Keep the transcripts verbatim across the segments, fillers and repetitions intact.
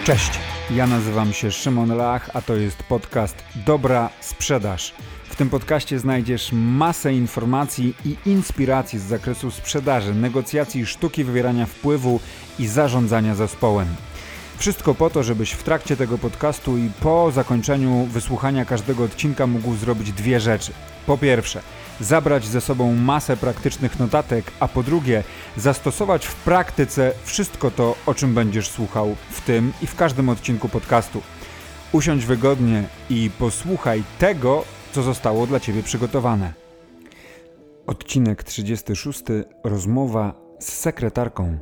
Cześć, ja nazywam się Szymon Lach, a to jest podcast Dobra Sprzedaż. W tym podcaście znajdziesz masę informacji i inspiracji z zakresu sprzedaży, negocjacji, sztuki wywierania wpływu i zarządzania zespołem. Wszystko po to, żebyś w trakcie tego podcastu i po zakończeniu wysłuchania każdego odcinka mógł zrobić dwie rzeczy. Po pierwsze, zabrać ze sobą masę praktycznych notatek, a po drugie, zastosować w praktyce wszystko to, o czym będziesz słuchał w tym i w każdym odcinku podcastu. Usiądź wygodnie i posłuchaj tego, co zostało dla Ciebie przygotowane. Odcinek trzydziesty szósty. Rozmowa z sekretarką.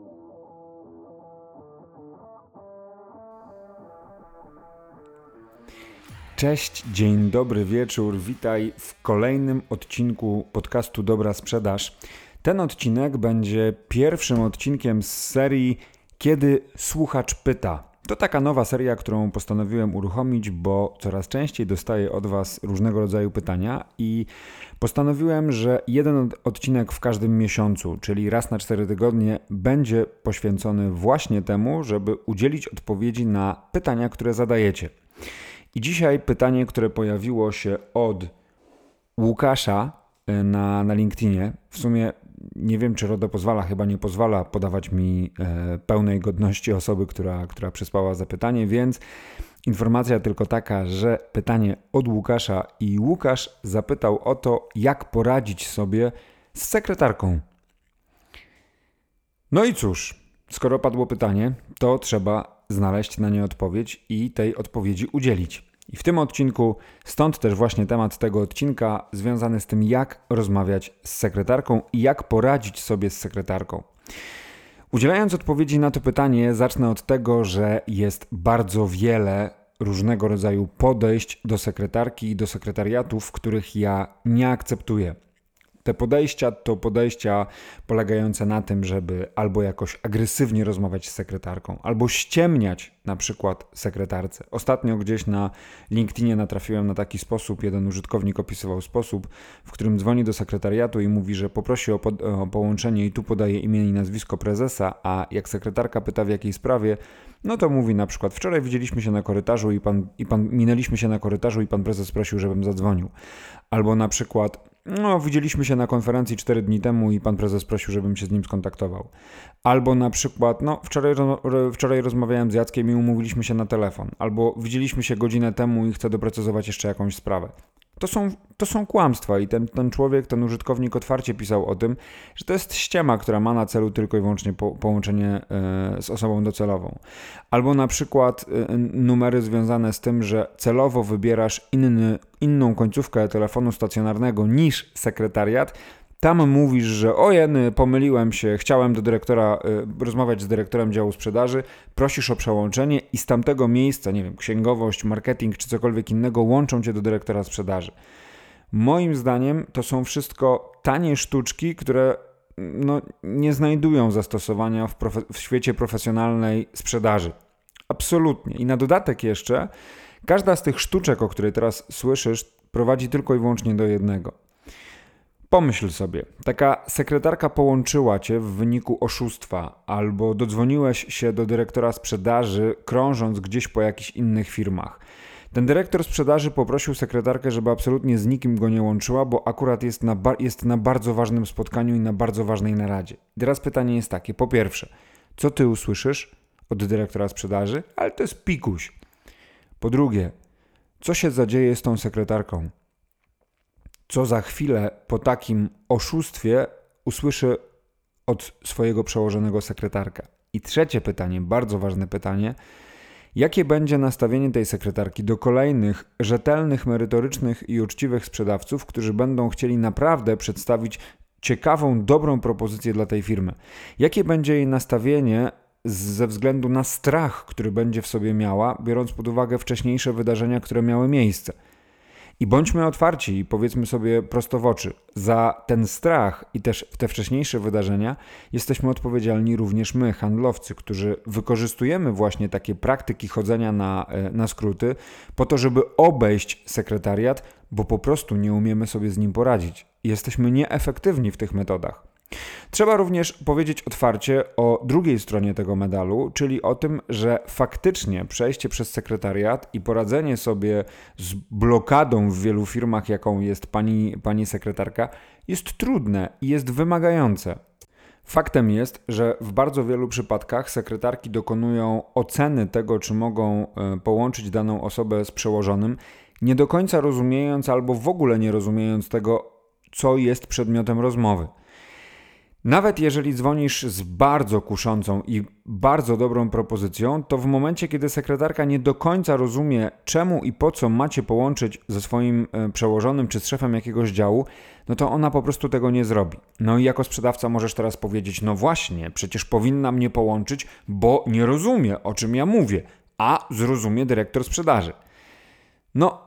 Cześć, dzień dobry, wieczór, witaj w kolejnym odcinku podcastu Dobra Sprzedaż. Ten odcinek będzie pierwszym odcinkiem z serii Kiedy słuchacz pyta. To taka nowa seria, którą postanowiłem uruchomić, bo coraz częściej dostaję od Was różnego rodzaju pytania i postanowiłem, że jeden odcinek w każdym miesiącu, czyli raz na cztery tygodnie, będzie poświęcony właśnie temu, żeby udzielić odpowiedzi na pytania, które zadajecie. I dzisiaj pytanie, które pojawiło się od Łukasza na, na LinkedInie. W sumie nie wiem, czy RODO pozwala, chyba nie pozwala podawać mi e, pełnej godności osoby, która, która przysłała zapytanie, więc informacja tylko taka, że pytanie od Łukasza i Łukasz zapytał o to, jak poradzić sobie z sekretarką. No i cóż, skoro padło pytanie, to trzeba znaleźć na nie odpowiedź i tej odpowiedzi udzielić. I w tym odcinku, stąd też właśnie temat tego odcinka związany z tym, jak rozmawiać z sekretarką i jak poradzić sobie z sekretarką. Udzielając odpowiedzi na to pytanie, zacznę od tego, że jest bardzo wiele różnego rodzaju podejść do sekretarki i do sekretariatów, których ja nie akceptuję. Te podejścia to podejścia polegające na tym, żeby albo jakoś agresywnie rozmawiać z sekretarką, albo ściemniać na przykład sekretarce. Ostatnio gdzieś na LinkedInie natrafiłem na taki sposób, jeden użytkownik opisywał sposób, w którym dzwoni do sekretariatu i mówi, że poprosi o, pod, o połączenie i tu podaje imię i nazwisko prezesa, a jak sekretarka pyta w jakiej sprawie, no to mówi na przykład: wczoraj widzieliśmy się na korytarzu i pan, i pan minęliśmy się na korytarzu i pan prezes prosił, żebym zadzwonił. Albo na przykład: no, widzieliśmy się na konferencji cztery dni temu i pan prezes prosił, żebym się z nim skontaktował. Albo na przykład: no, wczoraj, wczoraj rozmawiałem z Jackiem i umówiliśmy się na telefon. Albo widzieliśmy się godzinę temu i chcę doprecyzować jeszcze jakąś sprawę. To są, to są kłamstwa i ten, ten człowiek, ten użytkownik otwarcie pisał o tym, że to jest ściema, która ma na celu tylko i wyłącznie po, połączenie y, z osobą docelową. Albo na przykład y, numery związane z tym, że celowo wybierasz inny, inną końcówkę telefonu stacjonarnego niż sekretariat. Tam mówisz, że o jeny, pomyliłem się, chciałem do dyrektora, y, rozmawiać z dyrektorem działu sprzedaży, prosisz o przełączenie i z tamtego miejsca, nie wiem, księgowość, marketing czy cokolwiek innego łączą cię do dyrektora sprzedaży. Moim zdaniem to są wszystko tanie sztuczki, które no, nie znajdują zastosowania w, profe- w świecie profesjonalnej sprzedaży. Absolutnie. I na dodatek jeszcze, każda z tych sztuczek, o której teraz słyszysz, prowadzi tylko i wyłącznie do jednego. Pomyśl sobie, taka sekretarka połączyła cię w wyniku oszustwa albo dodzwoniłeś się do dyrektora sprzedaży, krążąc gdzieś po jakichś innych firmach. Ten dyrektor sprzedaży poprosił sekretarkę, żeby absolutnie z nikim go nie łączyła, bo akurat jest na, ba- jest na bardzo ważnym spotkaniu i na bardzo ważnej naradzie. Teraz pytanie jest takie, po pierwsze, co ty usłyszysz od dyrektora sprzedaży? Ale to jest pikuś. Po drugie, co się zadzieje z tą sekretarką? Co za chwilę po takim oszustwie usłyszy od swojego przełożonego sekretarka? I trzecie pytanie, bardzo ważne pytanie, jakie będzie nastawienie tej sekretarki do kolejnych rzetelnych, merytorycznych i uczciwych sprzedawców, którzy będą chcieli naprawdę przedstawić ciekawą, dobrą propozycję dla tej firmy? Jakie będzie jej nastawienie ze względu na strach, który będzie w sobie miała, biorąc pod uwagę wcześniejsze wydarzenia, które miały miejsce? I bądźmy otwarci i powiedzmy sobie prosto w oczy, za ten strach i też te wcześniejsze wydarzenia jesteśmy odpowiedzialni również my, handlowcy, którzy wykorzystujemy właśnie takie praktyki chodzenia na, na skróty po to, żeby obejść sekretariat, bo po prostu nie umiemy sobie z nim poradzić. Jesteśmy nieefektywni w tych metodach. Trzeba również powiedzieć otwarcie o drugiej stronie tego medalu, czyli o tym, że faktycznie przejście przez sekretariat i poradzenie sobie z blokadą w wielu firmach, jaką jest pani, pani sekretarka, jest trudne i jest wymagające. Faktem jest, że w bardzo wielu przypadkach sekretarki dokonują oceny tego, czy mogą połączyć daną osobę z przełożonym, nie do końca rozumiejąc albo w ogóle nie rozumiejąc tego, co jest przedmiotem rozmowy. Nawet jeżeli dzwonisz z bardzo kuszącą i bardzo dobrą propozycją, to w momencie, kiedy sekretarka nie do końca rozumie, czemu i po co macie połączyć ze swoim przełożonym czy z szefem jakiegoś działu, no to ona po prostu tego nie zrobi. No i jako sprzedawca możesz teraz powiedzieć, no właśnie, przecież powinna mnie połączyć, bo nie rozumie, o czym ja mówię, a zrozumie dyrektor sprzedaży. No,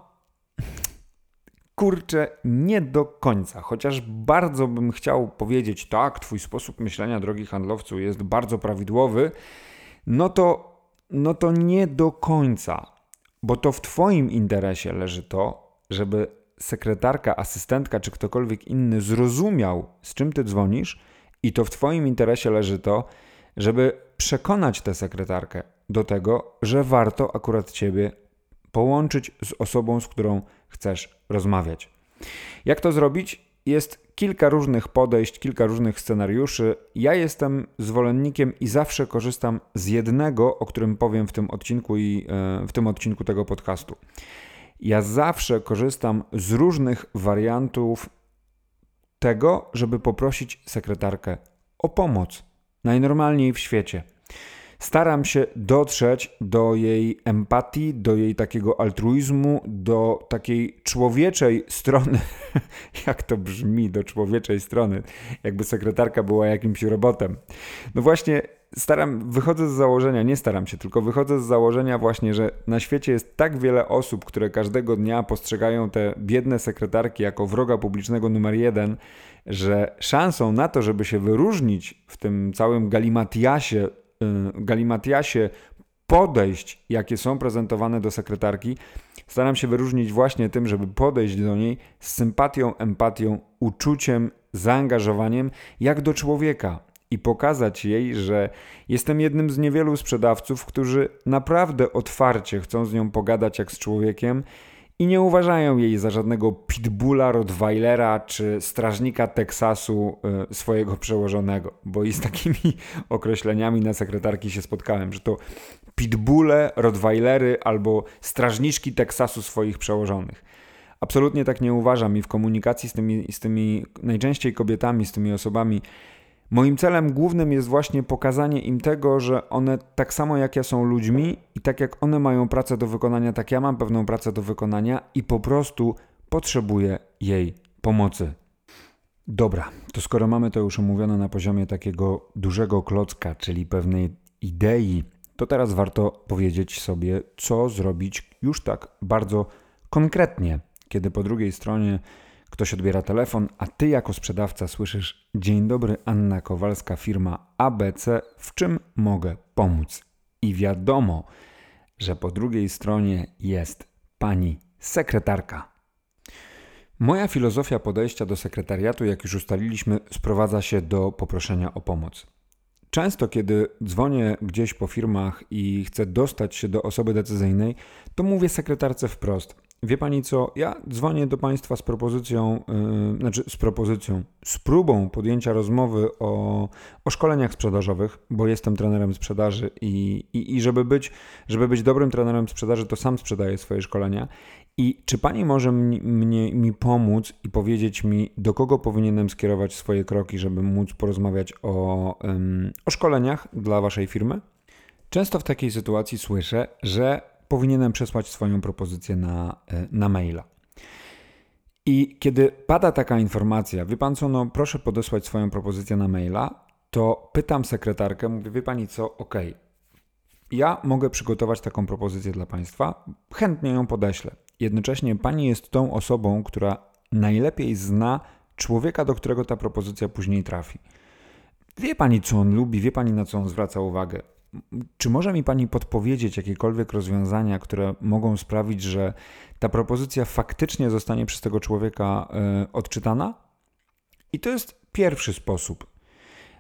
kurczę, nie do końca, chociaż bardzo bym chciał powiedzieć, tak, twój sposób myślenia, drogi handlowcu, jest bardzo prawidłowy, no to, no to nie do końca, bo to w twoim interesie leży to, żeby sekretarka, asystentka czy ktokolwiek inny zrozumiał, z czym ty dzwonisz, i to w twoim interesie leży to, żeby przekonać tę sekretarkę do tego, że warto akurat ciebie połączyć z osobą, z którą chcesz rozmawiać. Jak to zrobić? Jest kilka różnych podejść, kilka różnych scenariuszy. Ja jestem zwolennikiem i zawsze korzystam z jednego, o którym powiem w tym odcinku i w tym odcinku tego podcastu. Ja zawsze korzystam z różnych wariantów tego, żeby poprosić sekretarkę o pomoc. Najnormalniej w świecie. Staram się dotrzeć do jej empatii, do jej takiego altruizmu, do takiej człowieczej strony, jak to brzmi, do człowieczej strony, jakby sekretarka była jakimś robotem. No właśnie staram, wychodzę z założenia, nie staram się, tylko wychodzę z założenia właśnie, że na świecie jest tak wiele osób, które każdego dnia postrzegają te biedne sekretarki jako wroga publicznego numer jeden, że szansą na to, żeby się wyróżnić w tym całym galimatiasie, galimatiasie podejść, jakie są prezentowane do sekretarki, staram się wyróżnić właśnie tym, żeby podejść do niej z sympatią, empatią, uczuciem, zaangażowaniem, jak do człowieka i pokazać jej, że jestem jednym z niewielu sprzedawców, którzy naprawdę otwarcie chcą z nią pogadać jak z człowiekiem i nie uważają jej za żadnego pitbulla, rottweilera czy strażnika Teksasu y, swojego przełożonego, bo i z takimi określeniami na sekretarki się spotkałem, że to pitbulle, rottweilery albo strażniczki Teksasu swoich przełożonych. Absolutnie tak nie uważam i w komunikacji z tymi, z tymi najczęściej kobietami, z tymi osobami, moim celem głównym jest właśnie pokazanie im tego, że one tak samo jak ja są ludźmi i tak jak one mają pracę do wykonania, tak ja mam pewną pracę do wykonania i po prostu potrzebuję jej pomocy. Dobra, to skoro mamy to już omówione na poziomie takiego dużego klocka, czyli pewnej idei, to teraz warto powiedzieć sobie, co zrobić już tak bardzo konkretnie, kiedy po drugiej stronie ktoś odbiera telefon, a ty jako sprzedawca słyszysz: dzień dobry, Anna Kowalska, firma A B C, w czym mogę pomóc? I wiadomo, że po drugiej stronie jest pani sekretarka. Moja filozofia podejścia do sekretariatu, jak już ustaliliśmy, sprowadza się do poproszenia o pomoc. Często, kiedy dzwonię gdzieś po firmach i chcę dostać się do osoby decyzyjnej, to mówię sekretarce wprost: wie pani co, ja dzwonię do państwa z propozycją, yy, znaczy z propozycją, z próbą podjęcia rozmowy o, o szkoleniach sprzedażowych, bo jestem trenerem sprzedaży i, i, i żeby być, żeby być dobrym trenerem sprzedaży, to sam sprzedaję swoje szkolenia. I czy pani może mi, mnie, mi pomóc i powiedzieć mi, do kogo powinienem skierować swoje kroki, żeby móc porozmawiać o, ym, o szkoleniach dla waszej firmy? Często w takiej sytuacji słyszę, że powinienem przesłać swoją propozycję na, na maila. I kiedy pada taka informacja, wie pan co, no proszę podesłać swoją propozycję na maila, to pytam sekretarkę, mówię: wie pani co, okej, okay, ja mogę przygotować taką propozycję dla państwa, chętnie ją podeślę. Jednocześnie pani jest tą osobą, która najlepiej zna człowieka, do którego ta propozycja później trafi. Wie pani, co on lubi, wie pani, na co on zwraca uwagę. Czy może mi pani podpowiedzieć jakiekolwiek rozwiązania, które mogą sprawić, że ta propozycja faktycznie zostanie przez tego człowieka y, odczytana? I to jest pierwszy sposób.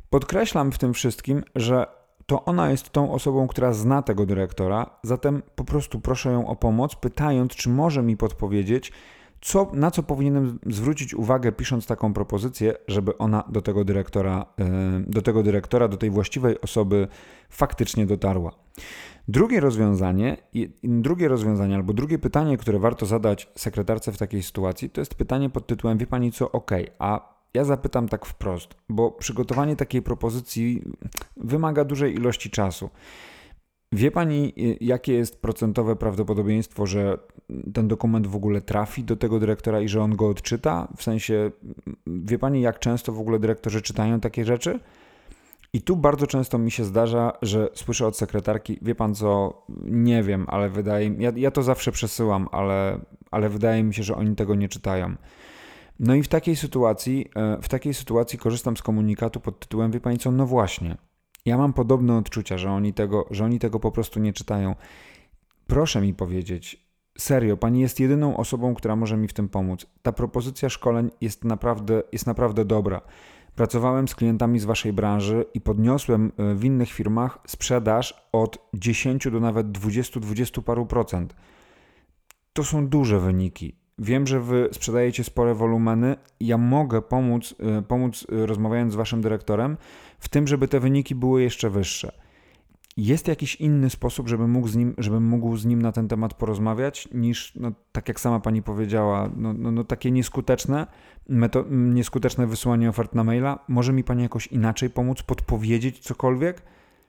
Podkreślam w tym wszystkim, że to ona jest tą osobą, która zna tego dyrektora, zatem po prostu proszę ją o pomoc, pytając, czy może mi podpowiedzieć, co, na co powinienem zwrócić uwagę, pisząc taką propozycję, żeby ona do tego dyrektora, do tego dyrektora, do tej właściwej osoby faktycznie dotarła. Drugie rozwiązanie, drugie rozwiązanie albo drugie pytanie, które warto zadać sekretarce w takiej sytuacji, to jest pytanie pod tytułem: wie pani co, okej, okay, a ja zapytam tak wprost, bo przygotowanie takiej propozycji wymaga dużej ilości czasu. Wie pani, jakie jest procentowe prawdopodobieństwo, że ten dokument w ogóle trafi do tego dyrektora i że on go odczyta? W sensie, wie pani, jak często w ogóle dyrektorzy czytają takie rzeczy? I tu bardzo często mi się zdarza, że słyszę od sekretarki: wie pan co, nie wiem, ale wydaje mi się, ja, ja to zawsze przesyłam, ale, ale wydaje mi się, że oni tego nie czytają. No i w takiej sytuacji, w takiej sytuacji korzystam z komunikatu pod tytułem: wie pani co, no właśnie, ja mam podobne odczucia, że oni tego, że oni tego po prostu nie czytają. Proszę mi powiedzieć, serio, pani jest jedyną osobą, która może mi w tym pomóc. Ta propozycja szkoleń jest naprawdę, jest naprawdę dobra. Pracowałem z klientami z waszej branży i podniosłem w innych firmach sprzedaż od dziesięciu do nawet dwudziestu, dwudziestu paru procent. To są duże wyniki. Wiem, że wy sprzedajecie spore wolumeny i ja mogę pomóc, pomóc rozmawiając z waszym dyrektorem w tym, żeby te wyniki były jeszcze wyższe. Jest jakiś inny sposób, żebym mógł z nim, żebym mógł z nim na ten temat porozmawiać, niż, no, tak jak sama pani powiedziała, no, no, no takie nieskuteczne, meto- nieskuteczne wysyłanie ofert na maila? Może mi pani jakoś inaczej pomóc, podpowiedzieć cokolwiek?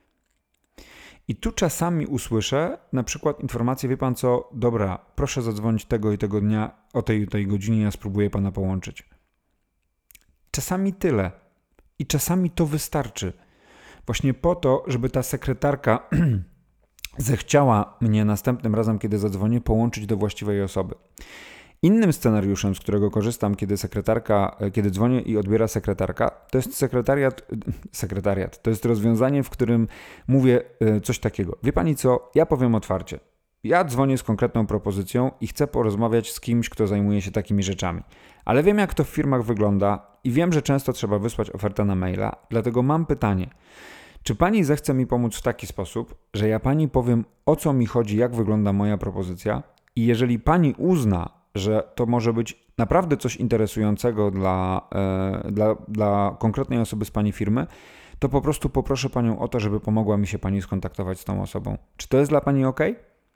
I tu czasami usłyszę na przykład informację: wie pan co, dobra, proszę zadzwonić tego i tego dnia o tej tej godzinie, ja spróbuję pana połączyć. Czasami tyle. I czasami to wystarczy. Właśnie po to, żeby ta sekretarka zechciała mnie następnym razem, kiedy zadzwonię, połączyć do właściwej osoby. Innym scenariuszem, z którego korzystam, kiedy sekretarka, kiedy dzwonię i odbiera sekretarka, to jest sekretariat, sekretariat, to jest rozwiązanie, w którym mówię coś takiego: wie pani co, ja powiem otwarcie, ja dzwonię z konkretną propozycją i chcę porozmawiać z kimś, kto zajmuje się takimi rzeczami, ale wiem, jak to w firmach wygląda i wiem, że często trzeba wysłać ofertę na maila, dlatego mam pytanie: czy pani zechce mi pomóc w taki sposób, że ja pani powiem, o co mi chodzi, jak wygląda moja propozycja, i jeżeli pani uzna, że to może być naprawdę coś interesującego dla, e, dla, dla konkretnej osoby z pani firmy, to po prostu poproszę panią o to, żeby pomogła mi się pani skontaktować z tą osobą. Czy to jest dla pani ok?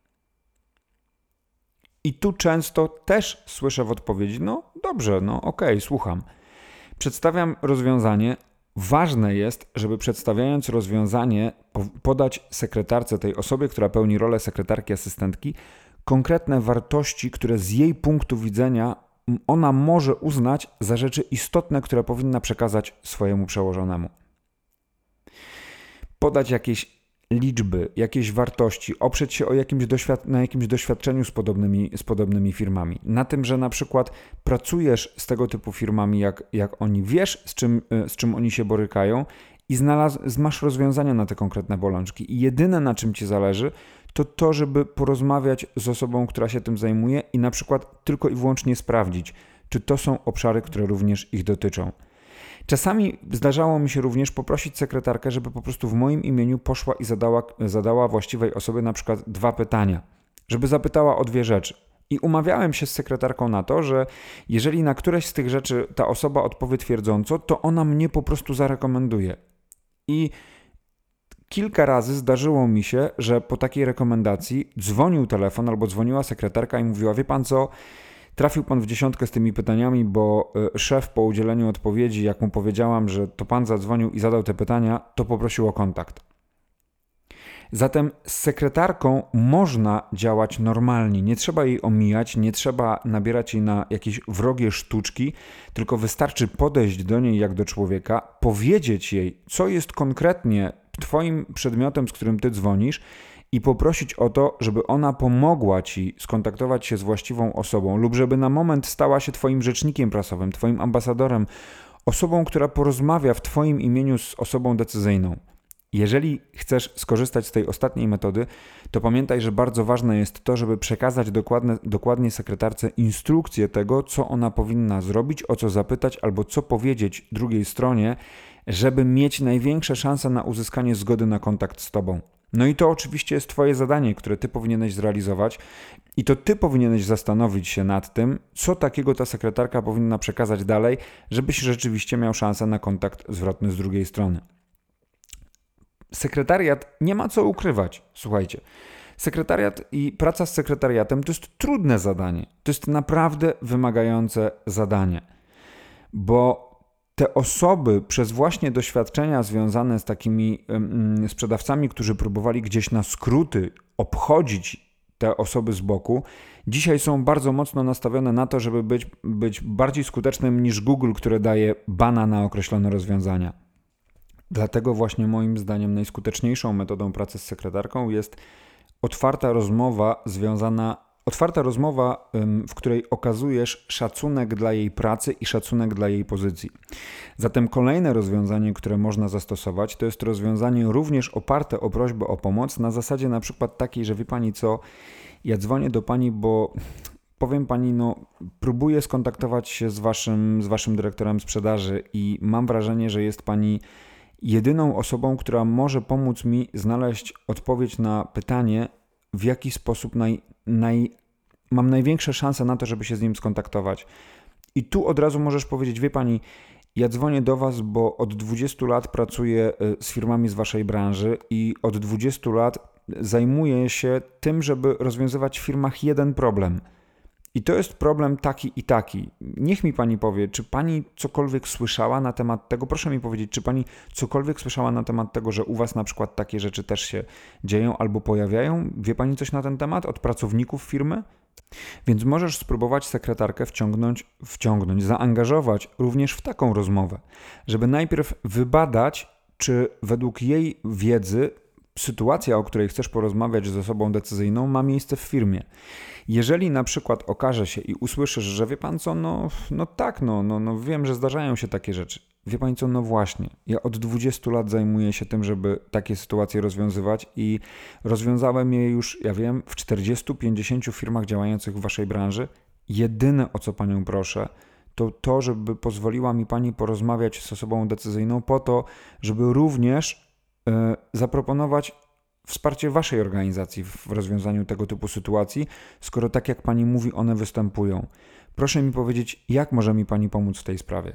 I tu często też słyszę w odpowiedzi: no dobrze, no okej, okay, słucham. Przedstawiam rozwiązanie. Ważne jest, żeby przedstawiając rozwiązanie podać sekretarce, tej osobie, która pełni rolę sekretarki, asystentki, konkretne wartości, które z jej punktu widzenia ona może uznać za rzeczy istotne, które powinna przekazać swojemu przełożonemu. Podać jakieś liczby, jakieś wartości, oprzeć się o jakimś doświad- na jakimś doświadczeniu z podobnymi, z podobnymi firmami. Na tym, że na przykład pracujesz z tego typu firmami, jak, jak oni, wiesz, z czym, z czym oni się borykają i znalaz- masz rozwiązania na te konkretne bolączki. I jedyne, na czym ci zależy, to to, żeby porozmawiać z osobą, która się tym zajmuje i na przykład tylko i wyłącznie sprawdzić, czy to są obszary, które również ich dotyczą. Czasami zdarzało mi się również poprosić sekretarkę, żeby po prostu w moim imieniu poszła i zadała, zadała właściwej osobie na przykład dwa pytania, żeby zapytała o dwie rzeczy. I umawiałem się z sekretarką na to, że jeżeli na któreś z tych rzeczy ta osoba odpowie twierdząco, to ona mnie po prostu zarekomenduje. I kilka razy zdarzyło mi się, że po takiej rekomendacji dzwonił telefon albo dzwoniła sekretarka i mówiła: wie pan co, trafił pan w dziesiątkę z tymi pytaniami, bo szef po udzieleniu odpowiedzi, jak mu powiedziałam, że to pan zadzwonił i zadał te pytania, to poprosił o kontakt. Zatem z sekretarką można działać normalnie, nie trzeba jej omijać, nie trzeba nabierać jej na jakieś wrogie sztuczki, tylko wystarczy podejść do niej jak do człowieka, powiedzieć jej, co jest konkretnie twoim przedmiotem, z którym ty dzwonisz, i poprosić o to, żeby ona pomogła ci skontaktować się z właściwą osobą lub żeby na moment stała się twoim rzecznikiem prasowym, twoim ambasadorem, osobą, która porozmawia w twoim imieniu z osobą decyzyjną. Jeżeli chcesz skorzystać z tej ostatniej metody, to pamiętaj, że bardzo ważne jest to, żeby przekazać dokładne, dokładnie sekretarce instrukcję tego, co ona powinna zrobić, o co zapytać albo co powiedzieć drugiej stronie, żeby mieć największe szanse na uzyskanie zgody na kontakt z tobą. No i to oczywiście jest twoje zadanie, które ty powinieneś zrealizować i to ty powinieneś zastanowić się nad tym, co takiego ta sekretarka powinna przekazać dalej, żebyś rzeczywiście miał szansę na kontakt zwrotny z drugiej strony. Sekretariat nie ma co ukrywać, słuchajcie. Sekretariat i praca z sekretariatem to jest trudne zadanie. To jest naprawdę wymagające zadanie, bo te osoby przez właśnie doświadczenia związane z takimi um, sprzedawcami, którzy próbowali gdzieś na skróty obchodzić te osoby z boku, dzisiaj są bardzo mocno nastawione na to, żeby być, być bardziej skutecznym niż Google, które daje bana na określone rozwiązania. Dlatego właśnie moim zdaniem najskuteczniejszą metodą pracy z sekretarką jest otwarta rozmowa związana, otwarta rozmowa, w której okazujesz szacunek dla jej pracy i szacunek dla jej pozycji. Zatem kolejne rozwiązanie, które można zastosować, to jest rozwiązanie również oparte o prośbę o pomoc na zasadzie na przykład takiej, że wie pani co, ja dzwonię do pani, bo powiem pani, no próbuję skontaktować się z waszym, z waszym dyrektorem sprzedaży i mam wrażenie, że jest pani jedyną osobą, która może pomóc mi znaleźć odpowiedź na pytanie, w jaki sposób naj, naj, mam największe szanse na to, żeby się z nim skontaktować. I tu od razu możesz powiedzieć, wie pani, ja dzwonię do was, bo od dwudziestu lat pracuję z firmami z waszej branży i od dwudziestu lat zajmuję się tym, żeby rozwiązywać w firmach jeden problem. I to jest problem taki i taki. Niech mi pani powie, czy pani cokolwiek słyszała na temat tego? Proszę mi powiedzieć, czy pani cokolwiek słyszała na temat tego, że u was na przykład takie rzeczy też się dzieją albo pojawiają? Wie pani coś na ten temat od pracowników firmy? Więc możesz spróbować sekretarkę wciągnąć, wciągnąć, zaangażować również w taką rozmowę, żeby najpierw wybadać, czy według jej wiedzy sytuacja, o której chcesz porozmawiać z osobą decyzyjną, ma miejsce w firmie. Jeżeli na przykład okaże się i usłyszysz, że wie pan co, no, no tak, no, no, no wiem, że zdarzają się takie rzeczy. Wie pani co, no właśnie, ja od dwudziestu lat zajmuję się tym, żeby takie sytuacje rozwiązywać i rozwiązałem je już, ja wiem, w czterdziestu pięćdziesięciu firmach działających w waszej branży. Jedyne, o co panią proszę, to to, żeby pozwoliła mi pani porozmawiać z osobą decyzyjną po to, żeby również yy, zaproponować wsparcie waszej organizacji w rozwiązaniu tego typu sytuacji, skoro tak jak pani mówi, one występują. Proszę mi powiedzieć, jak może mi pani pomóc w tej sprawie?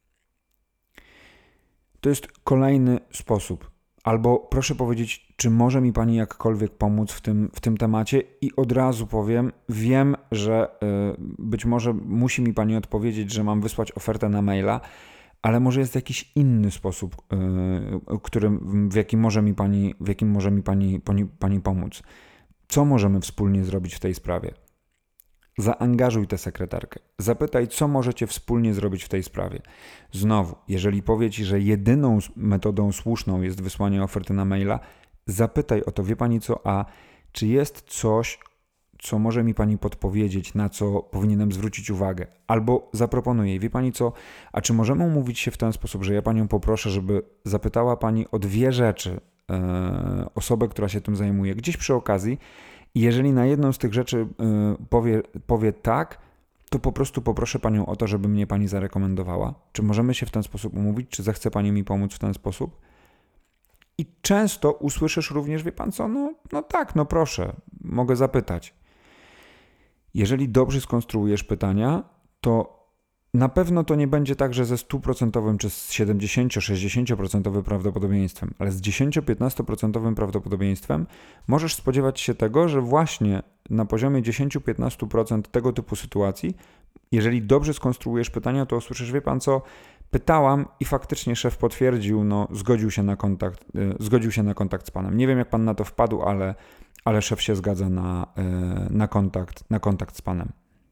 To jest kolejny sposób. Albo proszę powiedzieć, czy może mi pani jakkolwiek pomóc w tym, w tym temacie i od razu powiem, wiem, że y, być może musi mi pani odpowiedzieć, że mam wysłać ofertę na maila, ale może jest jakiś inny sposób, yy, którym, w jakim może mi pani, w jakim może mi pani, pani, pani pomóc. Co możemy wspólnie zrobić w tej sprawie? Zaangażuj tę sekretarkę. Zapytaj, co możecie wspólnie zrobić w tej sprawie. Znowu, jeżeli powie ci, że jedyną metodą słuszną jest wysłanie oferty na maila, zapytaj o to, wie pani co, a czy jest coś, co może mi pani podpowiedzieć, na co powinienem zwrócić uwagę. Albo zaproponuję jej, wie pani co, a czy możemy umówić się w ten sposób, że ja panią poproszę, żeby zapytała pani o dwie rzeczy e, osobę, która się tym zajmuje, gdzieś przy okazji i jeżeli na jedną z tych rzeczy e, powie, powie tak, to po prostu poproszę panią o to, żeby mnie pani zarekomendowała. Czy możemy się w ten sposób umówić, czy zechce pani mi pomóc w ten sposób? I często usłyszysz również, wie pan co, no, no tak, no proszę, mogę zapytać. Jeżeli dobrze skonstruujesz pytania, to na pewno to nie będzie tak, że ze stuprocentowym czy z siedemdziesiąt-sześćdziesiąt procent prawdopodobieństwem, ale z dziesięć-piętnaście procent prawdopodobieństwem możesz spodziewać się tego, że właśnie na poziomie dziesięć-piętnaście procent tego typu sytuacji, jeżeli dobrze skonstruujesz pytania, to usłyszysz, wie pan co, pytałam i faktycznie szef potwierdził, no zgodził się na kontakt, yy, zgodził się na kontakt z panem. Nie wiem, jak pan na to wpadł, ale ale szef się zgadza na, na, kontakt, na kontakt z panem.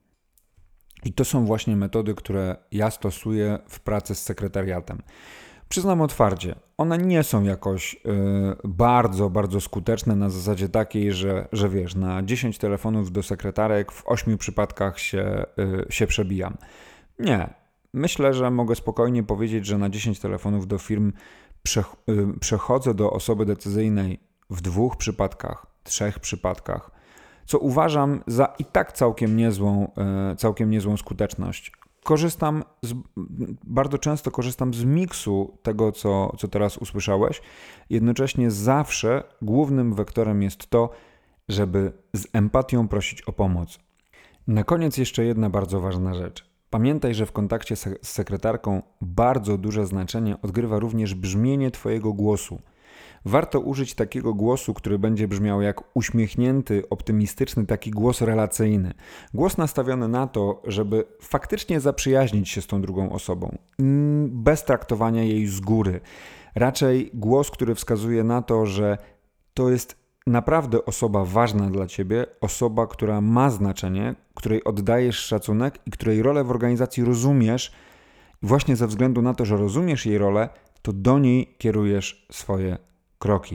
I to są właśnie metody, które ja stosuję w pracy z sekretariatem. Przyznam otwarcie, one nie są jakoś y, bardzo, bardzo skuteczne na zasadzie takiej, że, że wiesz, na dziesięć telefonów do sekretarek w ośmiu przypadkach się, y, się przebijam. Nie. Myślę, że mogę spokojnie powiedzieć, że na dziesięć telefonów do firm przech- y, przechodzę do osoby decyzyjnej w dwóch przypadkach, trzech przypadkach, co uważam za i tak całkiem niezłą, całkiem niezłą skuteczność. korzystam z, bardzo często korzystam z miksu tego, co, co teraz usłyszałeś. Jednocześnie zawsze głównym wektorem jest to, żeby z empatią prosić o pomoc. Na koniec jeszcze jedna bardzo ważna rzecz. Pamiętaj, że w kontakcie z sekretarką bardzo duże znaczenie odgrywa również brzmienie Twojego głosu. Warto użyć takiego głosu, który będzie brzmiał jak uśmiechnięty, optymistyczny, taki głos relacyjny. Głos nastawiony na to, żeby faktycznie zaprzyjaźnić się z tą drugą osobą, bez traktowania jej z góry. Raczej głos, który wskazuje na to, że to jest naprawdę osoba ważna dla Ciebie, osoba, która ma znaczenie, której oddajesz szacunek i której rolę w organizacji rozumiesz. I właśnie ze względu na to, że rozumiesz jej rolę, to do niej kierujesz swoje kroki.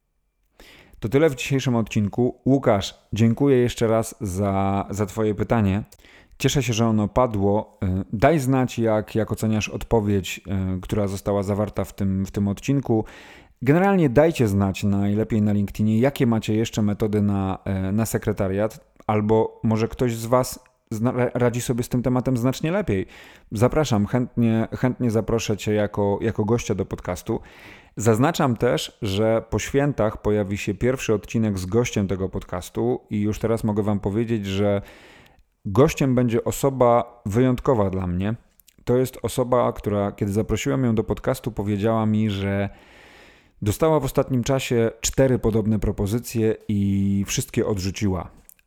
To tyle w dzisiejszym odcinku. Łukasz, dziękuję jeszcze raz za, za Twoje pytanie. Cieszę się, że ono padło. Daj znać, jak, jak oceniasz odpowiedź, która została zawarta w tym, w tym odcinku. Generalnie dajcie znać, najlepiej na LinkedInie, jakie macie jeszcze metody na, na sekretariat, albo może ktoś z Was zna, radzi sobie z tym tematem znacznie lepiej. Zapraszam, chętnie, chętnie zaproszę Cię jako, jako gościa do podcastu. Zaznaczam też, że po świętach pojawi się pierwszy odcinek z gościem tego podcastu i już teraz mogę Wam powiedzieć, że gościem będzie osoba wyjątkowa dla mnie. To jest osoba, która, kiedy zaprosiłem ją do podcastu, powiedziała mi, że dostała w ostatnim czasie cztery podobne propozycje i wszystkie odrzuciła.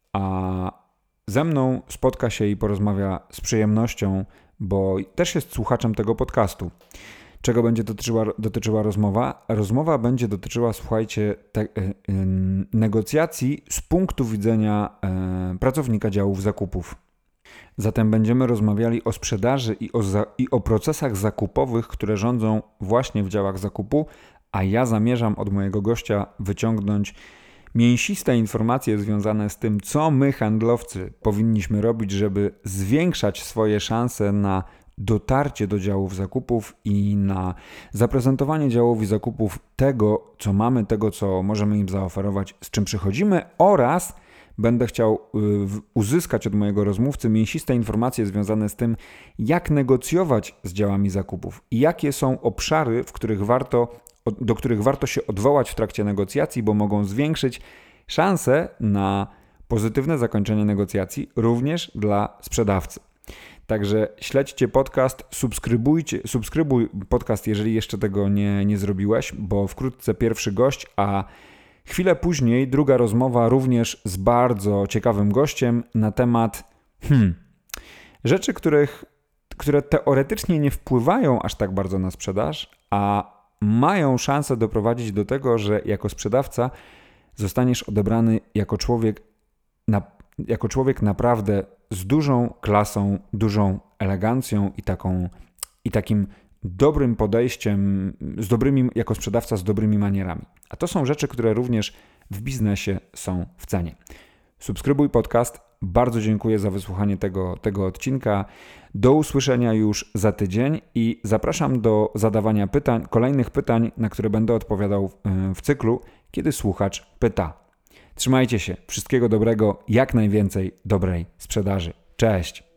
A ze mną spotka się i porozmawia z przyjemnością, bo też jest słuchaczem tego podcastu. Czego będzie dotyczyła, dotyczyła rozmowa? Rozmowa będzie dotyczyła, słuchajcie, te, y, y, negocjacji z punktu widzenia y, pracownika działów zakupów. Zatem będziemy rozmawiali o sprzedaży i o, za, i o procesach zakupowych, które rządzą właśnie w działach zakupu, a ja zamierzam od mojego gościa wyciągnąć mięsiste informacje związane z tym, co my handlowcy powinniśmy robić, żeby zwiększać swoje szanse na dotarcie do działów zakupów i na zaprezentowanie działowi zakupów tego, co mamy, tego, co możemy im zaoferować, z czym przychodzimy, oraz będę chciał uzyskać od mojego rozmówcy mięsiste informacje związane z tym, jak negocjować z działami zakupów i jakie są obszary, w których warto, do których warto się odwołać w trakcie negocjacji, bo mogą zwiększyć szanse na pozytywne zakończenie negocjacji również dla sprzedawcy. Także śledźcie podcast, subskrybujcie, subskrybuj podcast, jeżeli jeszcze tego nie, nie zrobiłeś, bo wkrótce pierwszy gość, a chwilę później druga rozmowa również z bardzo ciekawym gościem na temat hmm, rzeczy, których, które teoretycznie nie wpływają aż tak bardzo na sprzedaż, a mają szansę doprowadzić do tego, że jako sprzedawca zostaniesz odebrany jako człowiek, na, jako człowiek naprawdę z dużą klasą, dużą elegancją i, taką, i takim dobrym podejściem, z dobrymi, jako sprzedawca z dobrymi manierami. A to są rzeczy, które również w biznesie są w cenie. Subskrybuj podcast. Bardzo dziękuję za wysłuchanie tego, tego odcinka. Do usłyszenia już za tydzień i zapraszam do zadawania pytań, kolejnych pytań, na które będę odpowiadał w, w cyklu, kiedy słuchacz pyta. Trzymajcie się. Wszystkiego dobrego, jak najwięcej dobrej sprzedaży. Cześć!